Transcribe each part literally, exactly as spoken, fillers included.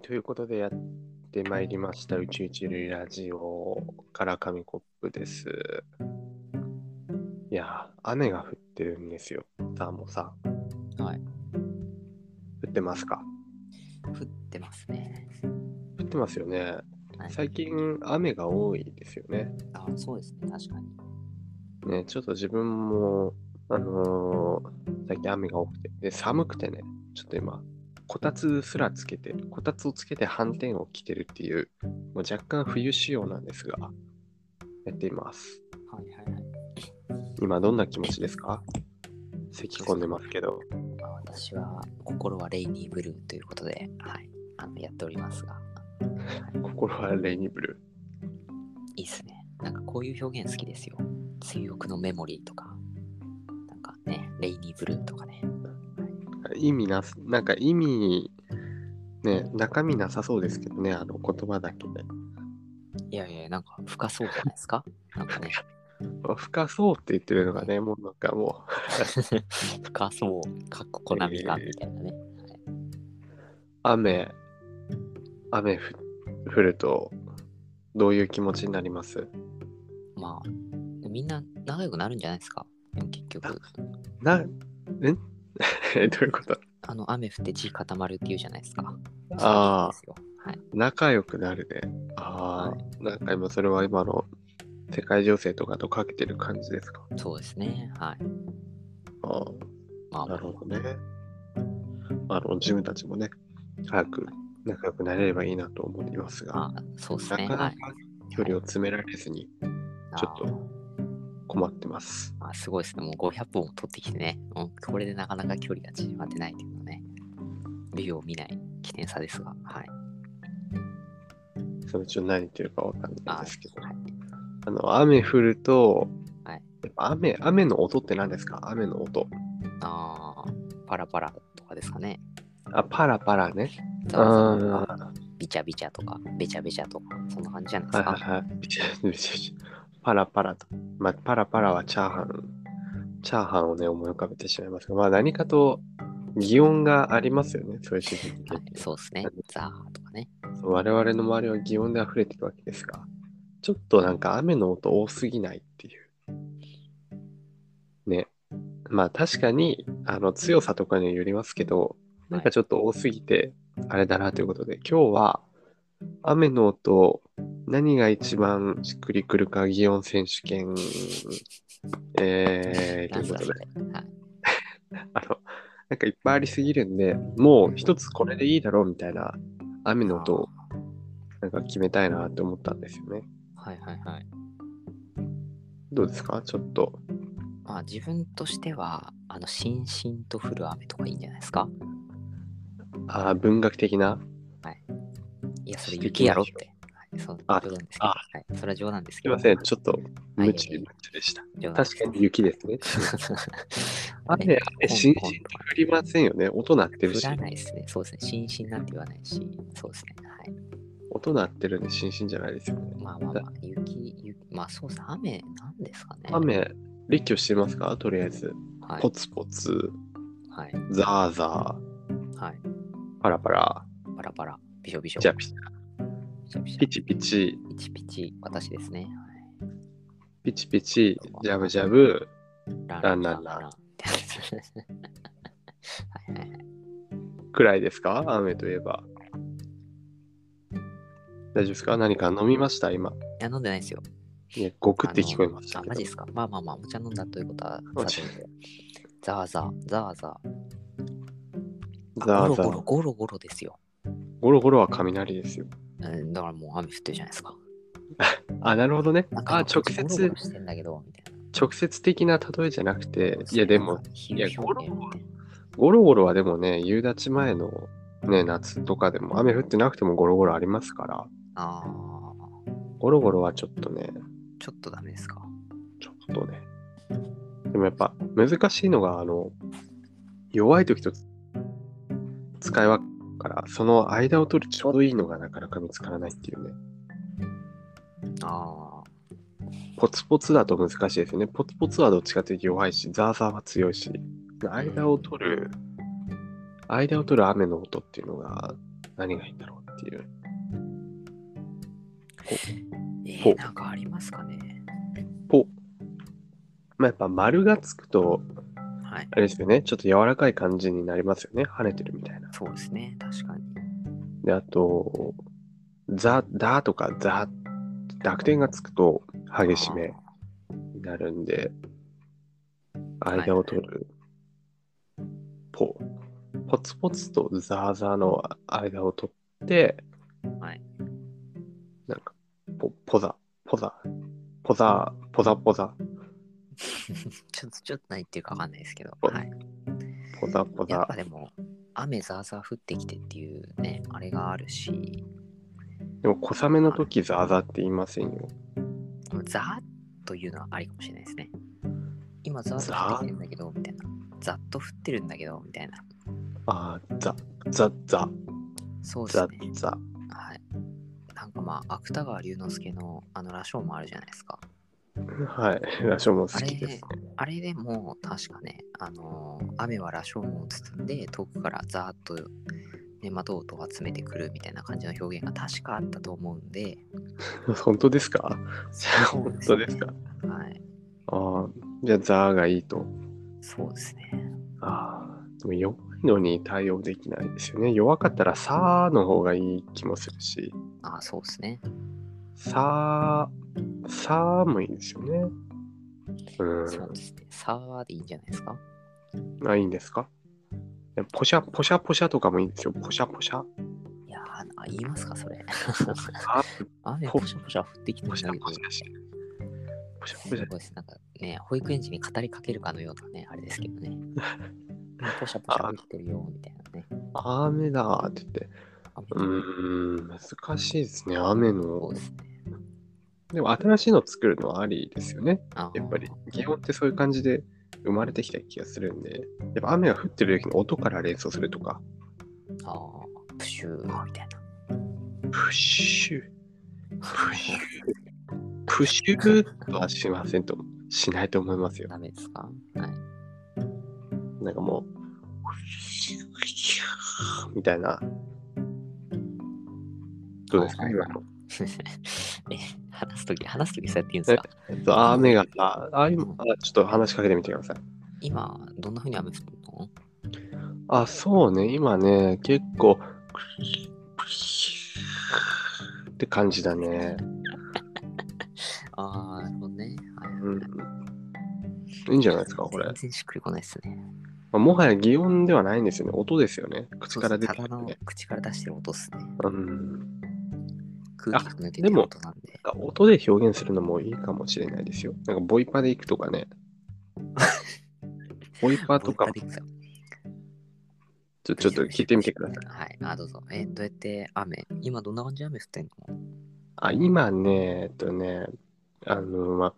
ということでやってまいりました宇宙一類ラジオから紙コップです。いやー、雨が降ってるんですよ。さあもうさ、 はい。 降ってますか？ 降ってますね。 降ってますよね。 はい、 最近雨が多いですよね。 あ、そうですね、確かに。 ね、ちょっと自分も、あのー最近雨が多くて、で、寒くてね、ちょっと今、こたつすらつけて、こたつをつけて斑点を着てるっていう、もう若干冬仕様なんですが、やっています。 はいはいはい。 今どんな気持ちですか？咳込んでますけど。 まあ、私は心はレイニーブルーということで、はい、あのやっておりますが、はい、 心はレイニーブルいいっすね。なんかこういう表現好きですよ。追憶のメモリーとか、なんかね、レイニーブルーとかね。 ー。意味なす、なんか意味、ね、中身なさそうですけどね、あの言葉だけで。 いやいや、なんか深そうじゃないですか。なんかね。 深そうって言ってるのがね、もうなんかも深そう、かっこコナミかみたいなね。はい、 う、雨、雨ふ降ると、どういう気持ちになります？ まあ、みんな仲良くなるんじゃないですか。でも結局。 な、んどういうこと？ あの雨降って地固まるっていうじゃないですか。そういうことああ、 ですよ。はい。 仲良くなるね。あはあ、なんか今それは今の世界情勢とかとかけてる感じですか？ い。そうですね。はい。 ああ、 まあまあまなるほどね。あの、自分たちもね、早く仲良くなれればいいなと思いますあ。 が、 まあ、そうですね。 なかなかはい。 距離を詰められずに、ちょっとあ困ってます。 あ、すごいですね。もうごひゃっぽんも取ってきてね。うん、これでなかなか距離が縮まってないというのはね、美を見ない起点差ですが、はい。 そのうち何言ってるかわかんないあですけど、 はい。 あの、雨降ると、 はい。 やっぱ雨、雨の音って何ですか？雨の音。 ああ、パラパラとかですかね。 あ、パラパラね。 ザワザワとか、 ああ、 ビチャビチャとか、ベチャベチャとか、そんな感じじゃないですか。 はいはいはい。ビチャビチャビチャパラパラと。まあ、パラパラはチャーハン、チャーハンをね、思い浮かべてしまいますが、まあ何かと擬音がありますよね。そういう自然系はい。 って。 そうですね。ザーとかね。 そう我々の周りは擬音で溢れてるわけですが、ちょっとなんか雨の音多すぎないっていう。ね。まあ確かに、あの、強さとかによりますけど、なんはい。 かちょっと多すぎて、あれだなということで、今日は雨の音、何が一番しっくりくるか擬音選手権、えー、ということで、 なんすかそれ。はい。 あの、なんかいっぱいありすぎるんで、もう一つこれでいいだろうみたいな雨の音をあなんか決めたいなって思ったんですよね。 あ、はいはいはい。 どうですかちょっと。 まあ自分としては、あの、しんしんと降る雨とかいいんじゃないですか。 あー文学的なはい。いや、それ詩的な表現。 雪やろって。はい、そう、 あ、 冗談ですけど。 あ、 はい。それは冗談ですけど。 すいません。ちょっとはい、 無知、 いやいやいや、 無知でした。 冗談です。 確かに雪ですね。 ね、 雨、雨、 コンしんしんとコンとか降りませんよね。音鳴ってる降らし。 ないですね。そうですね。しんしんなんて言わないし、そうですね。はい。 音鳴ってるんでしんしんじゃないですよね。だまあまあまあ、雪、雪、まあそうですね。雨、なんですかね。 雨、列挙してますかとりあえず。 はい。 ポツポツ、 はい。 ザーザはい。 ー、パラパラ、 パラパラ、びしょびしょ、 ピチャピチャ、 びしょびしょ、 ピチピチ、 ピチピチ、私ですね。 ピチピチ、 はい。 ジャブジャブ、 ランランランラン。 ランラン。はいはいはい。 くらいですか雨といえば。大丈夫ですか何か飲みました今。 いや、飲んでないですよ。 いや、ごくっあの、 て聞こえましたあ、 けど。 マジですか。まあまあまあ、お茶飲んだということはお茶さておき、ザーザー、ザーザー。あ、 ザーザー。 ゴロゴロ、ゴロゴロですよ。 ゴロゴロは雷ですよ。 うん、だからもう雨降ってるじゃないですか。 あ、なるほどね。あ、 なんか今こっ直ちゴロゴロ接、 してんだけど、みたいな。 直接的な例えじゃなくて、 そうですね。 いやでも、 なんか比いや、 喩ゴロ表現みたいな。 ゴロゴロはでもね、夕立前のね、夏とかでも雨降ってなくてもゴロゴロありますから、 ああ、 ゴロゴロはちょっとね、 ちょっとダメですか。 ちょっとね。でもやっぱ難しいのが、あの、弱い時と使い分けるから、その間を取るちょうどいいのがなかなか見つからないっていうね。 ああ、 ポツポツだと難しいですよね。ポツポツはどっちかというと弱いし、ザーザーは強いし、間を取る、間を取る雨の音っていうのが何がいいんだろうっていう。 えほうー、なんかありますかね。 ポ。まあ、やっぱ丸がつくと、 はい。 あれですよね。ちょっと柔らかい感じになりますよね。跳ねてるみたいな。 そうですね。確かに。 で、あと、ザ、ダとかザ、濁点がつくと激しめあになるんで、 あ、はい間を取るポ。ポツポツとザーザーの間を取って、 はい。 なんか、ポ、ポザ、ポザ、ポザ、ポザポザ、 ちょっと、ちょっと何言ってるかわかんないですけど、 ポはい。 ポザポやっザ。 ぱでも、雨ザーザー降ってきてっていうね、あれがあるし、 でも小雨のは時ザーザーって言いませんよ。 い、ザーッというのはありかもしれないですね。今ザーッと降ってザーきてるんだけど、みたいな。ざっと降ってるんだけど、みたいな。 あー、ザ、ザ、ザ、ザ、 そうですね。 ザ。 はい。なんかまあ、芥川龍之介のあの羅生門あるじゃないですか。 はい。ラショも好あきですれ、あれでも確かね、あのー雨は羅生門を包んで遠くからザーッとね、まとうと集めてくるみたいな感じの表現が確かあったと思うんで、 本当ですか？ そう本ですね。 当ですか？ はい。 ああ、じゃあザーがいいと。 そうですね。 ああ、でも弱いのに対応できないですよね。弱かったらサーの方がいい気もするし、 あ、そうですね。 サー、サーもいいですよね。うそうですね。サワーでいいんじゃないですか。 ん。あ、いいんですか？ポシャ、ポシャポシャとかもいいんですよ。ポシャポシャ。 いやー、あ言いますか、それ。 あ、 雨ポ、 ポシャポシャ降ってきてポシャるんだけど、 ポシャし、ポシャすポシャ。 ごいです。なんかね、保育園児に語りかけるかのようなね、あれですけどね。ポシャポシャあ、 降ってるよ、みたいなね。 雨だーって言って。う雨だ。 ーん、難しいですね。雨の。 そうですね。 でも新しいの作るのはありですよね。 あやっぱり。 ー擬音ってそういう感じで生まれてきた気がするんで。やっぱ雨が降ってる時の音から連想するとか。 あー、プシューみたいな。 プッシュ、プッシュ、プッシュとはしませんと、しないと思いますよ。 ダメですか？はい。 なんかもう、みたいな。どうですか、 あー今の。 え、話すとき、話すときそうやって言うんですえか？ えっと、 今、 雨がさ、あ、今、 うんあ、ちょっと話しかけてみてください。 今、どんな風に雨降ってんの？ あ、そうね、今ね、結構、って感じだね。 あー、なるほどね。はいはい。 うん。いいんじゃないですか、これ。 全然しっくりこないですね。 まあ、もはや擬音ではないんですよね。音ですよね。口そうですね。 から出ただのてくるね。 口から出してる音っすね。 うん。 空気あ、 が抜けてるでも、 音なんで。 なんか音で表現するのもいいかもしれないですよ。なんかボイパで行くとかね。ボイパボとかもイパでいくぞ。 ちょ、ちょっと聞いてみてください。 はい。あ、どうぞ。え、どうやって雨、今どんな感じで雨降ってんの？ あ、今ね、えっとね、あの、まあ、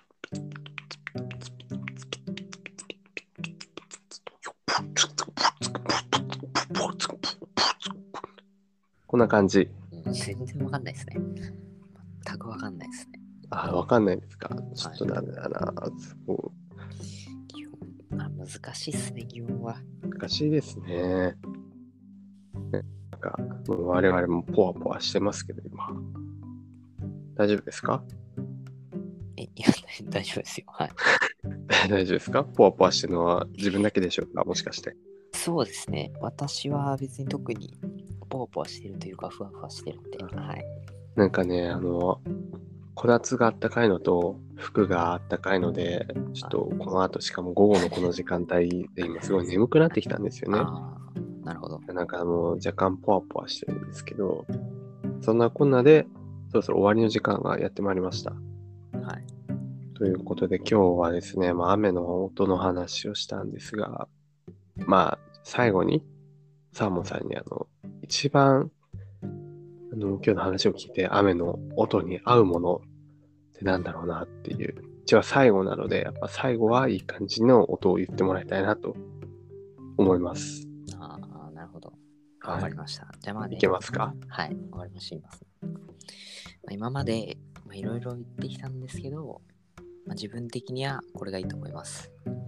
こんな感じ。 うん全然わかんないですね。全くわかんないですね。 あ、わかんないですか。ちょっとはい。 なんだな。そう擬音あ、難しいっすね、擬音は。 難しいですね。なんか、もう我々もポワポワしてますけど、今。大丈夫ですか？ え、いや、大丈夫ですよ。はい。 大丈夫ですか？ポワポワしてるのは自分だけでしょうか？もしかして。 そうですね。私は別に特にポワポワしてるというか、ふわふわしてるんで、はい。 なんかね、あの、こたつがあったかいのと、服があったかいので、ちょっとこの後、しかも午後のこの時間帯で今すごい眠くなってきたんですよね。 ああ、なるほど。 なんかもう若干ポワポワしてるんですけど、そんなこんなで、そろそろ終わりの時間がやってまいりました。 はい。 ということで今日はですね、まあ、雨の音の話をしたんですが、まあ、最後にサーモンさんにあの、一番あの今日の話を聞いて雨の音に合うものってなんだろうなっていう。一応最後なので、やっぱ最後はいい感じの音を言ってもらいたいなと思います。 ああ、なるほど。 はい。 わかりました。じゃあまあね。 いけますか？ はい。わかりました。言います。まあ、今までいろいろ言ってきたんですけど、まあ、自分的にはこれがいいと思います。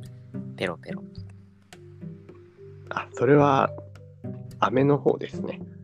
ペロペロ。 あ、それは雨の方ですね。